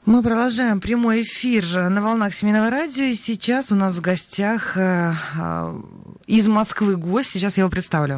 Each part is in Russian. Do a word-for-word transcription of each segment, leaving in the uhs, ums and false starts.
Мы продолжаем прямой эфир на волнах Семейного радио. И сейчас у нас в гостях э, э, из Москвы гость. Сейчас я его представлю.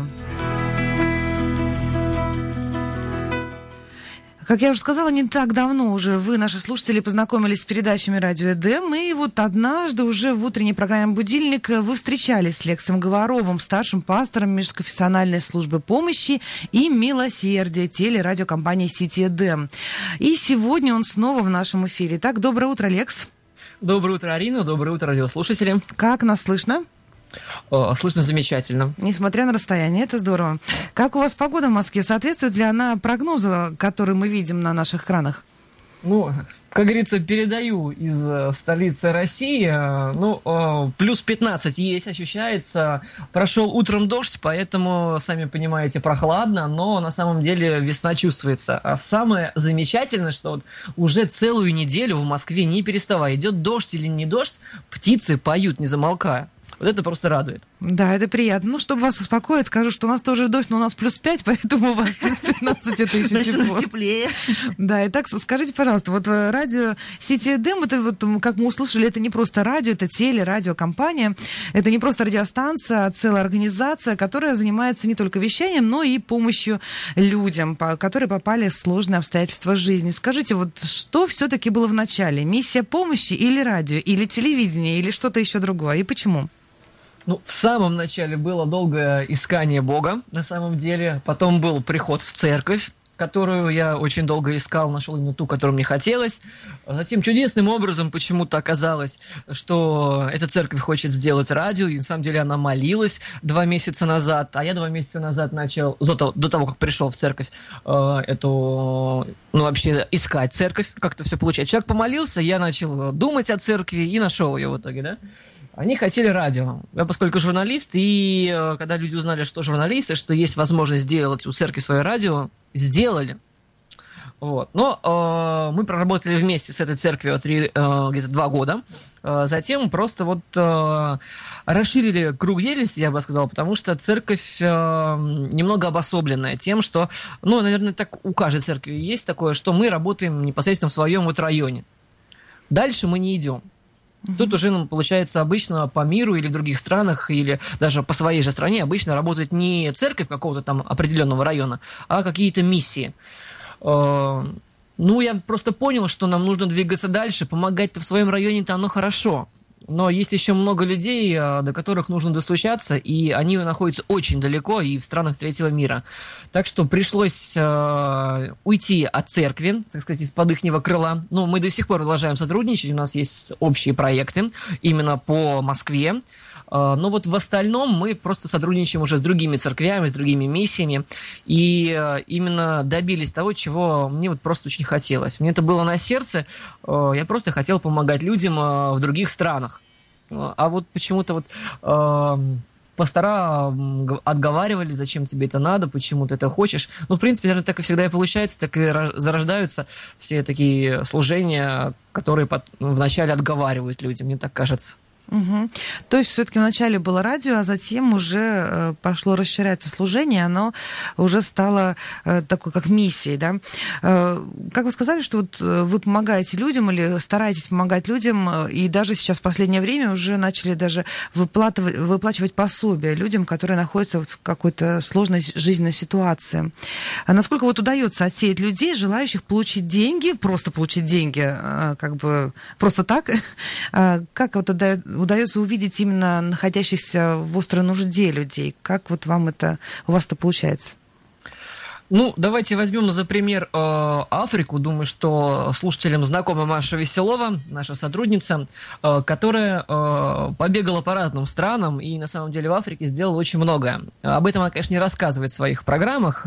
Как я уже сказала, не так давно уже вы, наши слушатели, познакомились с передачами «Радио Эдем». И вот однажды уже в утренней программе «Будильник» вы встречались с Лексом Говоровым, старшим пастором Межконфессиональной службы помощи и милосердия телерадиокомпании «Сити Эдем». И сегодня он снова в нашем эфире. Так, доброе утро, Лекс. Доброе утро, Арина. Доброе утро, радиослушатели. Как нас слышно? О, слышно замечательно. Несмотря на расстояние, это здорово. Как у вас погода в Москве? Соответствует ли она прогнозу, который мы видим на наших экранах? Ну, как говорится, передаю из столицы России. Ну, плюс пятнадцать есть, ощущается. Прошел утром дождь, поэтому, сами понимаете, прохладно, но на самом деле весна чувствуется. А самое замечательное, что вот уже целую неделю в Москве, не переставая, идет дождь или не дождь, птицы поют, не замолкая. Вот это просто радует. Да, это приятно. Ну, чтобы вас успокоить, скажу, что у нас тоже дождь, но у нас плюс пять, поэтому у вас плюс пятнадцать, это еще тепло. теплее. Да, итак, скажите, пожалуйста, вот радио Сити Эдем, это вот, как мы услышали, это не просто радио, это телерадиокомпания, это не просто радиостанция, а целая организация, которая занимается не только вещанием, но и помощью людям, которые попали в сложные обстоятельства жизни. Скажите, вот что все-таки было в начале? Миссия помощи или радио, или телевидение, или что-то еще другое? И почему? Ну, в самом начале было долгое искание Бога, на самом деле. Потом был приход в церковь, которую я очень долго искал, нашел именно ту, которую мне хотелось. Затем чудесным образом почему-то оказалось, что эта церковь хочет сделать радио, и на самом деле она молилась два месяца назад, а я два месяца назад начал, до того, как пришел в церковь, эту, ну, вообще искать церковь, как-то все получается. Человек помолился, я начал думать о церкви и нашел ее в итоге, да. Они хотели радио. Я, поскольку журналист, и э, когда люди узнали, что журналисты, что есть возможность сделать у церкви свое радио, сделали. Вот. Но э, мы проработали вместе с этой церковью три, э, где-то два года. Э, затем просто вот э, расширили круг деятельности, я бы сказал, потому что церковь э, немного обособленная тем, что, ну, наверное, так у каждой церкви есть такое, что мы работаем непосредственно в своем вот районе. Дальше мы не идем. Тут уже, ну, получается, обычно по миру или в других странах, или даже по своей же стране обычно работает не церковь какого-то там определенного района, а какие-то миссии. Ну, я просто понял, что нам нужно двигаться дальше, помогать-то в своем районе-то оно хорошо. Но есть еще много людей, до которых нужно достучаться, и они находятся очень далеко и в странах третьего мира. Так что пришлось э, уйти от церкви, так сказать, из-под ихнего крыла. Но мы до сих пор продолжаем сотрудничать, у нас есть общие проекты именно по Москве. Э, но вот в остальном мы просто сотрудничаем уже с другими церквями, с другими миссиями. И э, именно добились того, чего мне вот просто очень хотелось. Мне это было на сердце, э, я просто хотел помогать людям э, в других странах. А вот почему-то вот э, пастора отговаривали, зачем тебе это надо, почему ты это хочешь. Ну, в принципе, наверное, так и всегда и получается, так и зарождаются все такие служения, которые под, ну, вначале отговаривают людям, мне так кажется. Угу. То есть все-таки вначале было радио, а затем уже э, пошло расширяться служение, оно уже стало э, такой как миссией, да? Э, как вы сказали, что вот вы помогаете людям или стараетесь помогать людям, э, и даже сейчас в последнее время уже начали даже выплачивать, выплачивать пособия людям, которые находятся в какой-то сложной жизненной ситуации. А насколько вот удается отсеять людей, желающих получить деньги, просто получить деньги, э, как бы просто так, э, как вот это удается увидеть именно находящихся в острой нужде людей? Как вот вам это, у вас это получается? Ну, давайте возьмем за пример э, Африку. Думаю, что слушателям знакома Маша Веселова, наша сотрудница, э, которая э, побегала по разным странам и на самом деле в Африке сделала очень многое. Об этом она, конечно, не рассказывает в своих программах,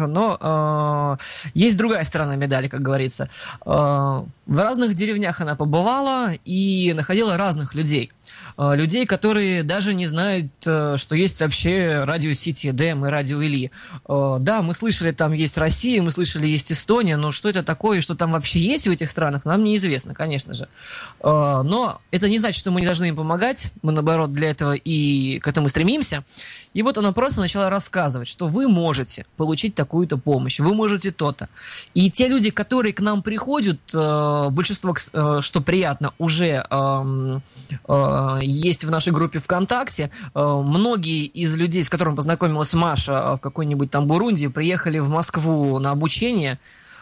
но э, есть другая сторона медали, как говорится. Э, в разных деревнях она побывала и находила разных людей. людей, которые даже не знают, что есть вообще радио Сити эф эм и радио Или. Да, мы слышали, там есть Россия, мы слышали, есть Эстония, но что это такое, что там вообще есть в этих странах, нам неизвестно, конечно же. Но это не значит, что мы не должны им помогать, мы, наоборот, для этого и к этому стремимся. И вот она просто начала рассказывать, что вы можете получить такую-то помощь, вы можете то-то. И те люди, которые к нам приходят, большинство, что приятно, уже есть в нашей группе ВКонтакте. Многие из людей, с которыми познакомилась Маша в какой-нибудь там Бурундии, приехали в Москву на обучение.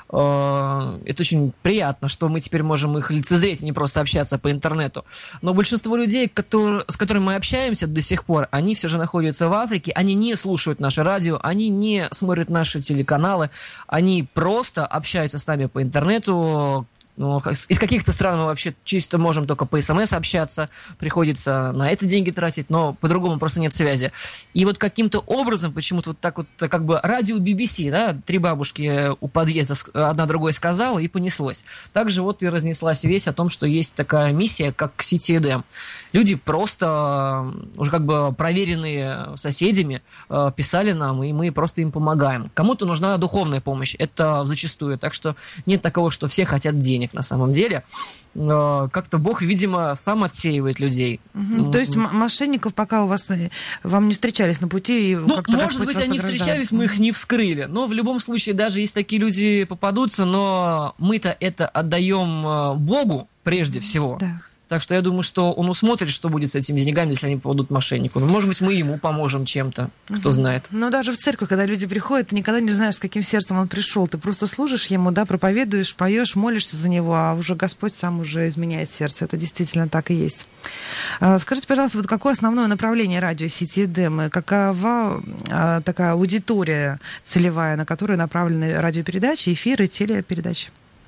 Это очень приятно, что мы теперь можем их лицезреть, не просто общаться по интернету. Но большинство людей, которые, с которыми мы общаемся до сих пор, они все же находятся в Африке, они не слушают наше радио, они не смотрят наши телеканалы, они просто общаются с нами по интернету. Ну, из каких-то стран мы вообще чисто можем только по СМС общаться, приходится на это деньги тратить, но по-другому просто нет связи. И вот каким-то образом, почему-то вот так вот, как бы радио би би си, да, три бабушки у подъезда, одна другой сказала, и понеслось. Также вот и разнеслась весть о том, что есть такая миссия, как Сити эф эм. Люди просто, уже как бы проверенные соседями, писали нам, и мы просто им помогаем. Кому-то нужна духовная помощь, это зачастую, так что нет такого, что все хотят денег. На самом деле, как-то Бог, видимо, сам отсеивает людей. Угу. То есть мошенников пока у вас вам не встречались на пути? И ну, может быть, они встречались, мы их не вскрыли. Но в любом случае, даже если такие люди попадутся, но мы-то это отдаем Богу прежде всего. Да. Так что я думаю, что он усмотрит, что будет с этими деньгами, если они попадут мошеннику. Ну, может быть, мы ему поможем чем-то, кто угу. знает. Но даже в церковь, когда люди приходят, ты никогда не знаешь, с каким сердцем он пришел. Ты просто служишь ему, да, проповедуешь, поешь, молишься за него, а уже Господь сам уже изменяет сердце. Это действительно так и есть. Скажите, пожалуйста, вот какое основное направление радио Сити эф эм? Какова такая аудитория целевая, на которую направлены радиопередачи, эфиры, телепередачи?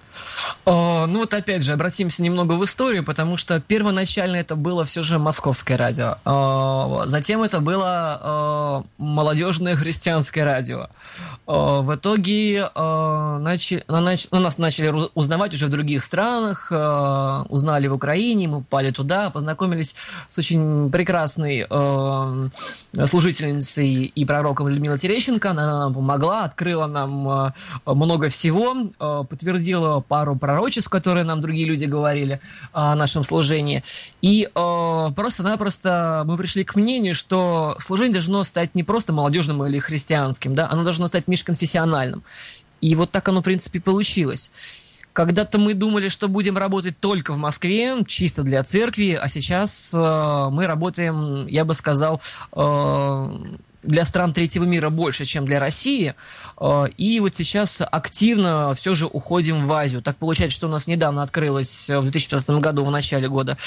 Ну вот опять же, обратимся немного в историю, потому что первоначально это было все же московское радио, затем это было молодежное христианское радио. В итоге начали, нас начали узнавать уже в других странах, узнали в Украине, мы попали туда, познакомились с очень прекрасной служительницей и пророком Людмилой Терещенко. Она нам помогла, открыла нам много всего, подтвердила пару пророчеств, которые нам другие люди говорили о нашем служении. И э, просто-напросто мы пришли к мнению, что служение должно стать не просто молодежным или христианским, да, оно должно стать межконфессиональным. И вот так оно, в принципе, получилось. Когда-то мы думали, что будем работать только в Москве, чисто для церкви, а сейчас э, мы работаем, я бы сказал, э, для стран третьего мира больше, чем для России. И вот сейчас активно все же уходим в Азию. Так получается, что у нас недавно открылось в две тысячи пятнадцатом году, в начале года,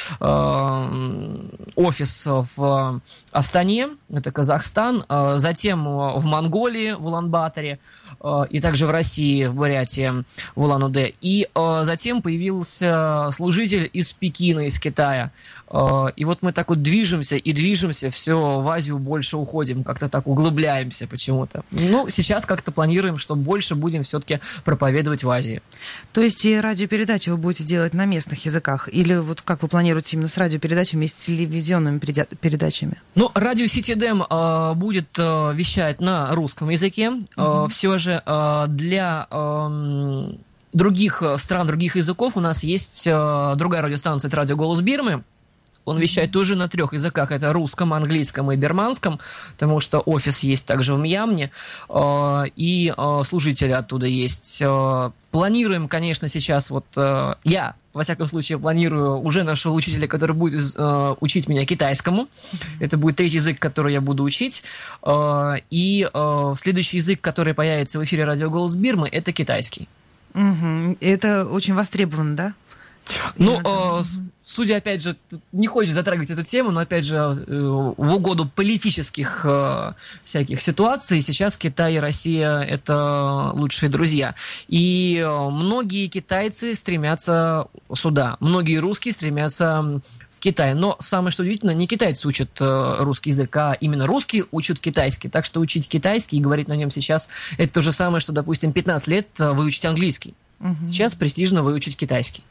офис в Астане, это Казахстан, затем в Монголии, в Улан-Баторе, и также в России, в Бурятии, в Улан-Удэ. И затем появился служитель из Пекина, из Китая. И вот мы так вот движемся и движемся, все в Азию больше уходим, как-то так углубляемся почему-то. Ну, сейчас как-то планируем, что больше будем все-таки проповедовать в Азии. То есть и радиопередачи вы будете делать на местных языках? Или вот как вы планируете именно с радиопередачами и с телевизионными передачами? Ну, радио Сити эф эм э, будет э, вещать на русском языке. Э, угу. Все же э, для... Э, других стран, других языков у нас есть э, другая радиостанция, это радио «Голос Бирмы». Он вещает тоже на трех языках. Это русском, английском и бирманском, потому что офис есть также в Мьянме, э, и э, служители оттуда есть. Э, планируем, конечно, сейчас вот э, я, во всяком случае, планирую, уже нашел учителя, который будет э, учить меня китайскому. Это будет третий язык, который я буду учить. Э, и э, следующий язык, который появится в эфире радио «Голос Бирмы», это китайский. Угу. Это очень востребовано, да? Ну, э, судя, опять же, не хочется затрагивать эту тему, но, опять же, э, в угоду политических э, всяких ситуаций, сейчас Китай и Россия – это лучшие друзья. И э, многие китайцы стремятся сюда, многие русские стремятся в Китай. Но самое что удивительно, не китайцы учат э, русский язык, а именно русские учат китайский. Так что учить китайский и говорить на нем сейчас – это то же самое, что, допустим, пятнадцать лет выучить английский. Угу. Сейчас престижно выучить китайский.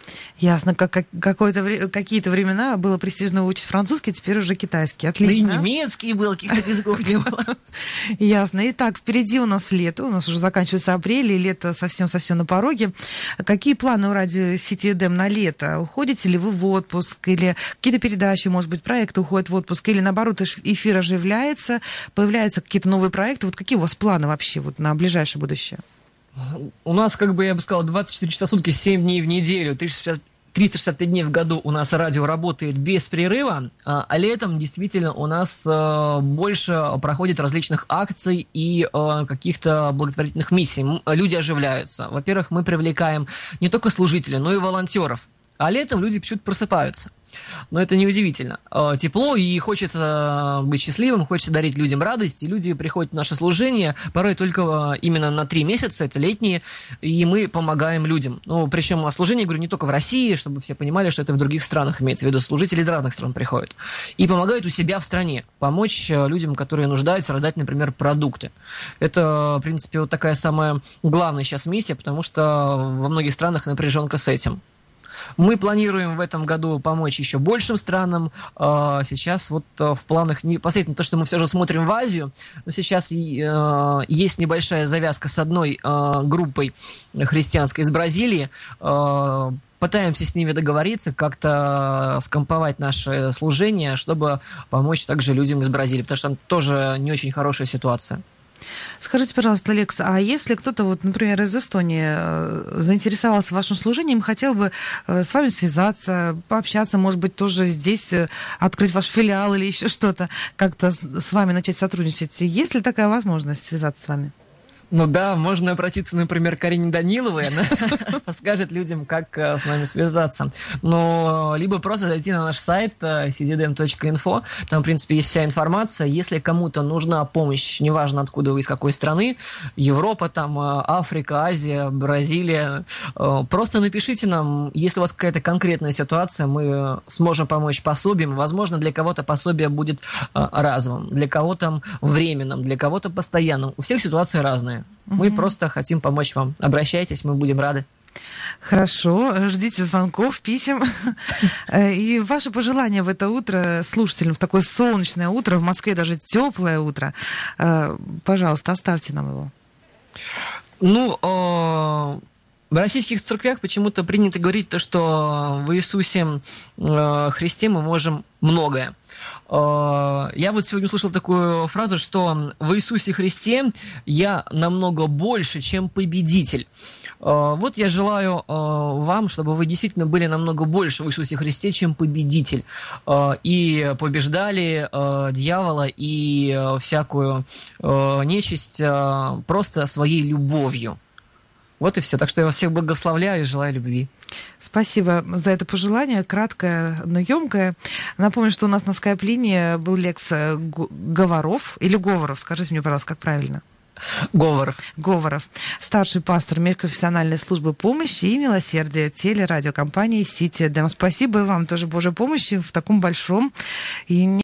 Ясно, как, как какое-то, какие-то времена было престижно учить французский, теперь уже китайский. Отлично. Да и немецкий был, каких-то языков не было. Ясно. Итак, впереди у нас лето, у нас уже заканчивается апрель, и лето совсем-совсем на пороге. Какие планы у радио Сити эф эм на лето? Уходите ли вы в отпуск, или какие-то передачи, может быть, проекты уходят в отпуск, или наоборот эфир оживляется, появляются какие-то новые проекты? Вот какие у вас планы вообще вот на ближайшее будущее? У нас, как бы я бы сказал, двадцать четыре часа в сутки, семь дней в неделю, триста шестьдесят пять дней в году у нас радио работает без перерыва, а летом действительно у нас больше проходит различных акций и каких-то благотворительных миссий. Люди оживляются. Во-первых, мы привлекаем не только служителей, но и волонтеров. А летом люди почему-то просыпаются. Но это неудивительно. Тепло, и хочется быть счастливым, хочется дарить людям радость, и люди приходят в наше служение, порой только именно на три месяца, это летние, и мы помогаем людям. Ну, причем служение, говорю, не только в России, чтобы все понимали, что это в других странах, имеется в виду, служители из разных стран приходят. И помогают у себя в стране, помочь людям, которые нуждаются, раздать, например, продукты. Это, в принципе, вот такая самая главная сейчас миссия, потому что во многих странах напряженка с этим. Мы планируем в этом году помочь еще большим странам. Сейчас вот в планах непосредственно то, что мы все же смотрим в Азию, но сейчас есть небольшая завязка с одной группой христианской из Бразилии. Пытаемся с ними договориться, как-то скомповать наше служение, чтобы помочь также людям из Бразилии, потому что там тоже не очень хорошая ситуация. Скажите, пожалуйста, Алекс, а если кто-то, вот, например, из Эстонии заинтересовался вашим служением, хотел бы с вами связаться, пообщаться, может быть, тоже здесь открыть ваш филиал или еще что-то, как-то с вами начать сотрудничать, есть ли такая возможность связаться с вами? Ну да, можно обратиться, например, к Карине Даниловой, она подскажет людям, как с нами связаться. Но либо просто зайти на наш сайт си ди эм точка инфо, там, в принципе, есть вся информация. Если кому-то нужна помощь, неважно откуда вы, из какой страны, Европа, там, Африка, Азия, Бразилия, просто напишите нам, если у вас какая-то конкретная ситуация, мы сможем помочь пособием. Возможно, для кого-то пособие будет разовым, для кого-то временным, для кого-то постоянным. У всех ситуации разные. Мы угу. просто хотим помочь вам. Обращайтесь, мы будем рады. Хорошо, ждите звонков, писем. И ваши пожелания в это утро слушателям, в такое солнечное утро, в Москве даже теплое утро, пожалуйста, оставьте нам его. Ну, в российских церквях почему-то принято говорить то, что в Иисусе Христе мы можем многое. Я вот сегодня услышал такую фразу, что в Иисусе Христе я намного больше, чем победитель. Вот я желаю вам, чтобы вы действительно были намного больше в Иисусе Христе, чем победитель. И побеждали дьявола и всякую нечисть просто своей любовью. Вот и все. Так что я вас всех благословляю и желаю любви. Спасибо за это пожелание, краткое, но емкое. Напомню, что у нас на скайп-линии был Лекс Говоров, или Говоров, скажите мне, пожалуйста, как правильно? Говоров. Говоров. Старший пастор межконфессиональной службы помощи и милосердия телерадиокомпании Сити эф эм. Спасибо и вам тоже Божьей помощи в таком большом и